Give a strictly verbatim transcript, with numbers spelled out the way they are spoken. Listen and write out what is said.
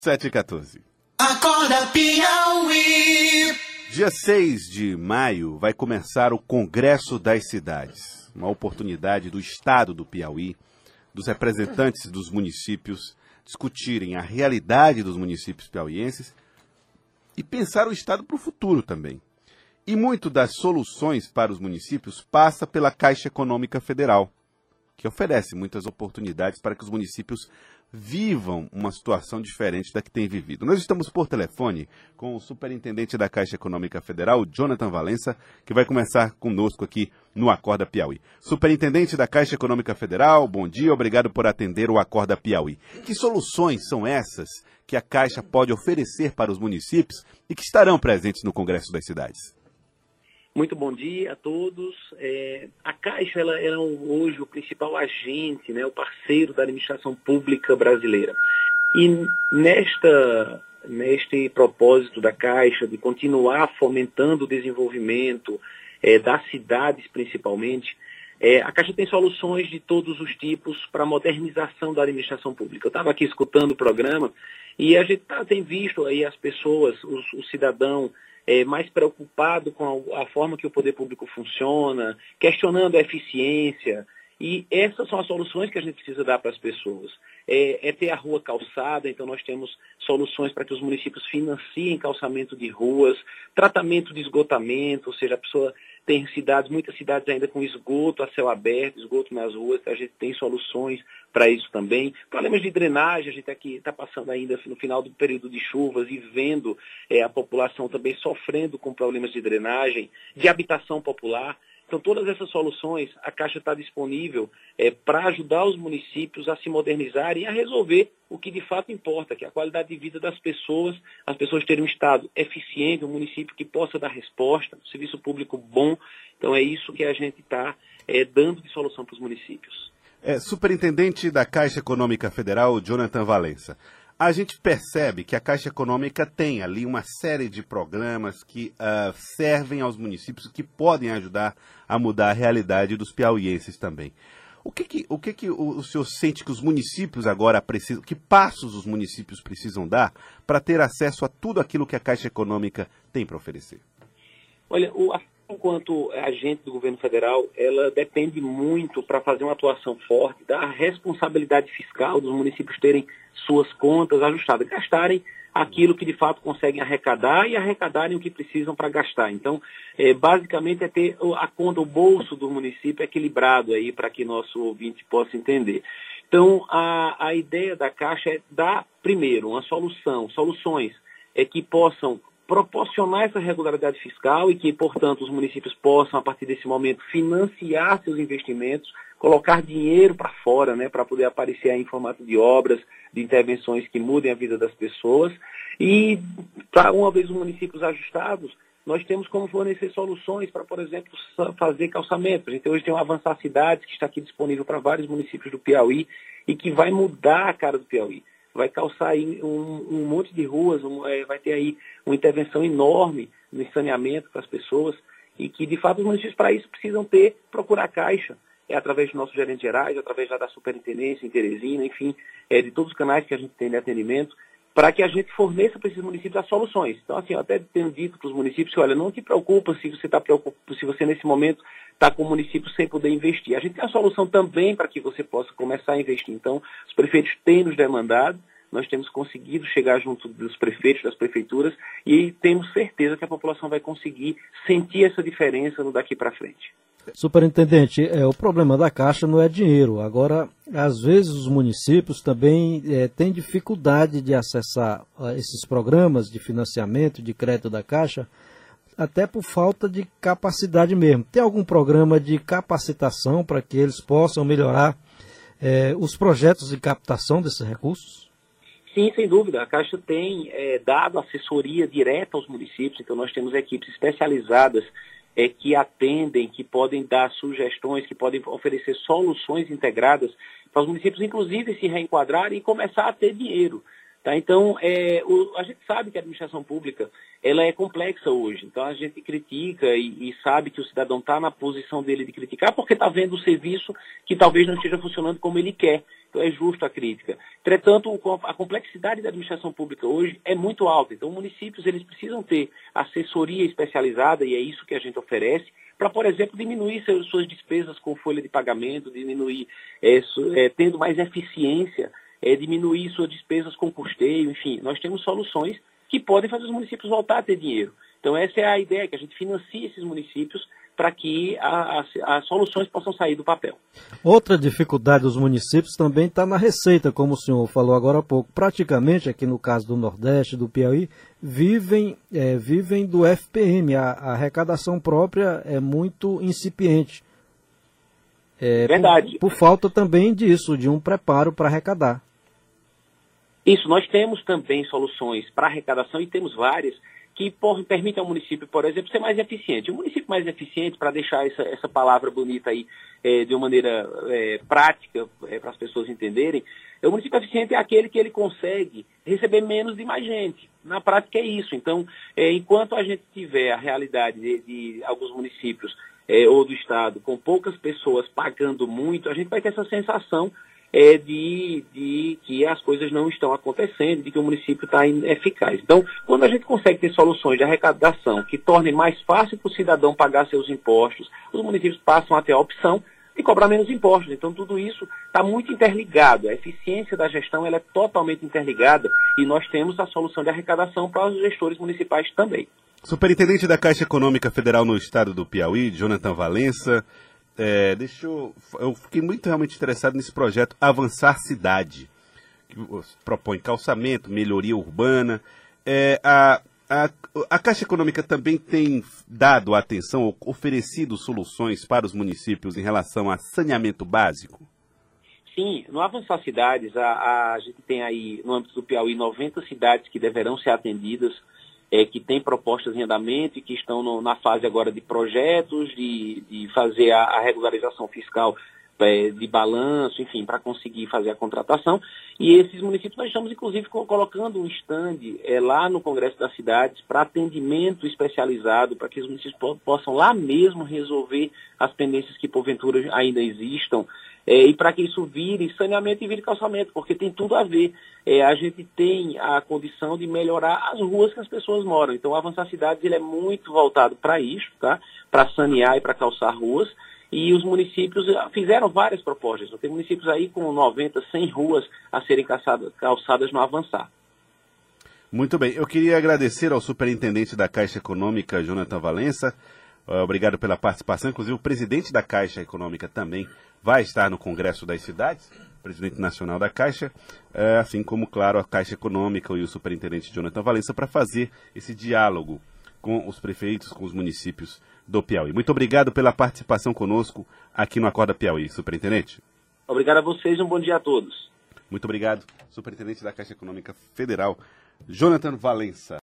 sete e quatorze. Acorda Piauí. Dia seis de maio vai começar o Congresso das Cidades, uma oportunidade do Estado do Piauí, dos representantes dos municípios discutirem a realidade dos municípios piauienses e pensar o Estado para o futuro também. E muito das soluções para os municípios passa pela Caixa Econômica Federal, que oferece muitas oportunidades para que os municípios vivam uma situação diferente da que têm vivido. Nós estamos por telefone com o superintendente da Caixa Econômica Federal, Jonathan Valença, que vai conversar conosco aqui no Acorda Piauí. Superintendente da Caixa Econômica Federal, bom dia, obrigado por atender o Acorda Piauí. Que soluções são essas que a Caixa pode oferecer para os municípios e que estarão presentes no Congresso das Cidades? Muito bom dia a todos. É, a Caixa ela, ela é hoje o principal agente, né, o parceiro da administração pública brasileira. E nesta, neste propósito da Caixa de continuar fomentando o desenvolvimento é, das cidades principalmente, é, a Caixa tem soluções de todos os tipos para a modernização da administração pública. Eu estava aqui escutando o programa e a gente tá, tem visto aí as pessoas, os, o cidadão, É, mais preocupado com a, a forma que o poder público funciona, questionando a eficiência. E essas são as soluções que a gente precisa dar para as pessoas. É, é ter a rua calçada, então nós temos soluções para que os municípios financiem calçamento de ruas, tratamento de esgotamento, ou seja, a pessoa tem cidades, muitas cidades ainda com esgoto a céu aberto, esgoto nas ruas, então a gente tem soluções para isso também. Problemas de drenagem, a gente aqui está passando ainda no final do período de chuvas e vendo é, a população também sofrendo com problemas de drenagem, de habitação popular. Então, todas essas soluções, a Caixa está disponível é, para ajudar os municípios a se modernizarem e a resolver o que de fato importa, que é a qualidade de vida das pessoas, as pessoas terem um Estado eficiente, um município que possa dar resposta, um serviço público bom. Então, é isso que a gente está é, dando de solução para os municípios. É, superintendente da Caixa Econômica Federal, Jonathan Valença. A gente percebe que a Caixa Econômica tem ali uma série de programas que uh, servem aos municípios, que podem ajudar a mudar a realidade dos piauienses também. O que, que, o, que, que o, o senhor sente que os municípios agora precisam, que passos os municípios precisam dar para ter acesso a tudo aquilo que a Caixa Econômica tem para oferecer? Olha, o, enquanto agente do governo federal, ela depende muito para fazer uma atuação forte da responsabilidade fiscal dos municípios terem suas contas ajustadas, gastarem aquilo que de fato conseguem arrecadar e arrecadarem o que precisam para gastar. Então, é, basicamente é ter a conta, o bolso do município equilibrado aí para que nosso ouvinte possa entender. Então, a, a ideia da Caixa é dar, primeiro, uma solução, soluções é, que possam proporcionar essa regularidade fiscal e que, portanto, os municípios possam, a partir desse momento, financiar seus investimentos, colocar dinheiro para fora, né, para poder aparecer aí em formato de obras, de intervenções que mudem a vida das pessoas. E, para uma vez os municípios ajustados, nós temos como fornecer soluções para, por exemplo, fazer calçamento. A gente hoje tem o Avançar Cidades, que está aqui disponível para vários municípios do Piauí e que vai mudar a cara do Piauí. Vai calçar aí um, um monte de ruas, um, é, vai ter aí uma intervenção enorme no saneamento para as pessoas e que, de fato, os municípios para isso precisam ter, procurar a Caixa, é através dos nossos gerentes gerais, através da superintendência em Teresina, enfim, é, de todos os canais que a gente tem de atendimento, para que a gente forneça para esses municípios as soluções. Então, assim, eu até tenho dito para os municípios que, olha, não te preocupa se você está preocupado, se você nesse momento está com o município sem poder investir. A gente tem a solução também para que você possa começar a investir. Então, os prefeitos têm nos demandado, nós temos conseguido chegar junto dos prefeitos, das prefeituras, e temos certeza que a população vai conseguir sentir essa diferença no daqui para frente. Superintendente, é, o problema da Caixa não é dinheiro. Agora, às vezes os municípios também é, têm dificuldade de acessar a esses programas de financiamento, de crédito da Caixa, até por falta de capacidade mesmo. Tem algum programa de capacitação para que eles possam melhorar é, os projetos de captação desses recursos? Sim, sem dúvida. A Caixa tem é, dado assessoria direta aos municípios, então nós temos equipes especializadas é, que atendem, que podem dar sugestões, que podem oferecer soluções integradas para os municípios, inclusive, se reenquadrarem e começar a ter dinheiro. Tá? Então, é, o, a gente sabe que a administração pública ela é complexa hoje. Então, a gente critica e, e sabe que o cidadão está na posição dele de criticar porque está vendo o serviço que talvez não esteja funcionando como ele quer. Então, é justo a crítica. Entretanto, a complexidade da administração pública hoje é muito alta. Então, municípios eles precisam ter assessoria especializada, e é isso que a gente oferece, para, por exemplo, diminuir seus, suas despesas com folha de pagamento, diminuir, é, su, é, tendo mais eficiência, é, diminuir suas despesas com custeio, enfim. Nós temos soluções que podem fazer os municípios voltar a ter dinheiro. Então, essa é a ideia, que a gente financie esses municípios para que a, a, as soluções possam sair do papel. Outra dificuldade dos municípios também está na receita, como o senhor falou agora há pouco. Praticamente, aqui no caso do Nordeste, do Piauí, vivem, é, vivem do F P M. A, a arrecadação própria é muito incipiente. É, Verdade. Por, por falta também disso, de um preparo para arrecadar. Isso, nós temos também soluções para arrecadação e temos várias que por, permitem ao município, por exemplo, ser mais eficiente. O município mais eficiente, para deixar essa, essa palavra bonita aí é, de uma maneira é, prática é, para as pessoas entenderem, o município eficiente é aquele que ele consegue receber menos de mais gente. Na prática é isso. Então, é, enquanto a gente tiver a realidade de, de alguns municípios é, ou do Estado com poucas pessoas pagando muito, a gente vai ter essa sensação É de, de que as coisas não estão acontecendo, de que o município está ineficaz. Então, quando a gente consegue ter soluções de arrecadação que tornem mais fácil para o cidadão pagar seus impostos, os municípios passam a ter a opção de cobrar menos impostos. Então, tudo isso está muito interligado. A eficiência da gestão ela é totalmente interligada e nós temos a solução de arrecadação para os gestores municipais também. Superintendente da Caixa Econômica Federal no estado do Piauí, Jonathan Valença. É, deixa eu, eu fiquei muito realmente interessado nesse projeto Avançar Cidade, que propõe calçamento, melhoria urbana. É, a, a, a Caixa Econômica também tem dado atenção, oferecido soluções para os municípios em relação a saneamento básico? Sim, no Avançar Cidades, a, a gente tem aí, no âmbito do Piauí, noventa cidades que deverão ser atendidas, É, que tem propostas em andamento e que estão no, na fase agora de projetos, de, de fazer a, a regularização fiscal é, de balanço, enfim, para conseguir fazer a contratação. E esses municípios nós estamos, inclusive, colocando um stand é, lá no Congresso das Cidades para atendimento especializado, para que os municípios po possam lá mesmo resolver as pendências que, porventura, ainda existam. É, e para que isso vire saneamento e vire calçamento, porque tem tudo a ver. É, a gente tem a condição de melhorar as ruas que as pessoas moram. Então, o Avançar Cidades ele é muito voltado para isso, tá? Para sanear e para calçar ruas. E os municípios fizeram várias propostas. Então, tem municípios aí com noventa, cem ruas a serem calçadas, calçadas no Avançar. Muito bem. Eu queria agradecer ao superintendente da Caixa Econômica, Jonathan Valença. Uh, obrigado pela participação. Inclusive, o presidente da Caixa Econômica também vai estar no Congresso das Cidades, presidente nacional da Caixa, uh, assim como, claro, a Caixa Econômica e o superintendente Jonathan Valença para fazer esse diálogo com os prefeitos, com os municípios do Piauí. Muito obrigado pela participação conosco aqui no Acorda Piauí, superintendente. Obrigado a vocês e um bom dia a todos. Muito obrigado, superintendente da Caixa Econômica Federal, Jonathan Valença.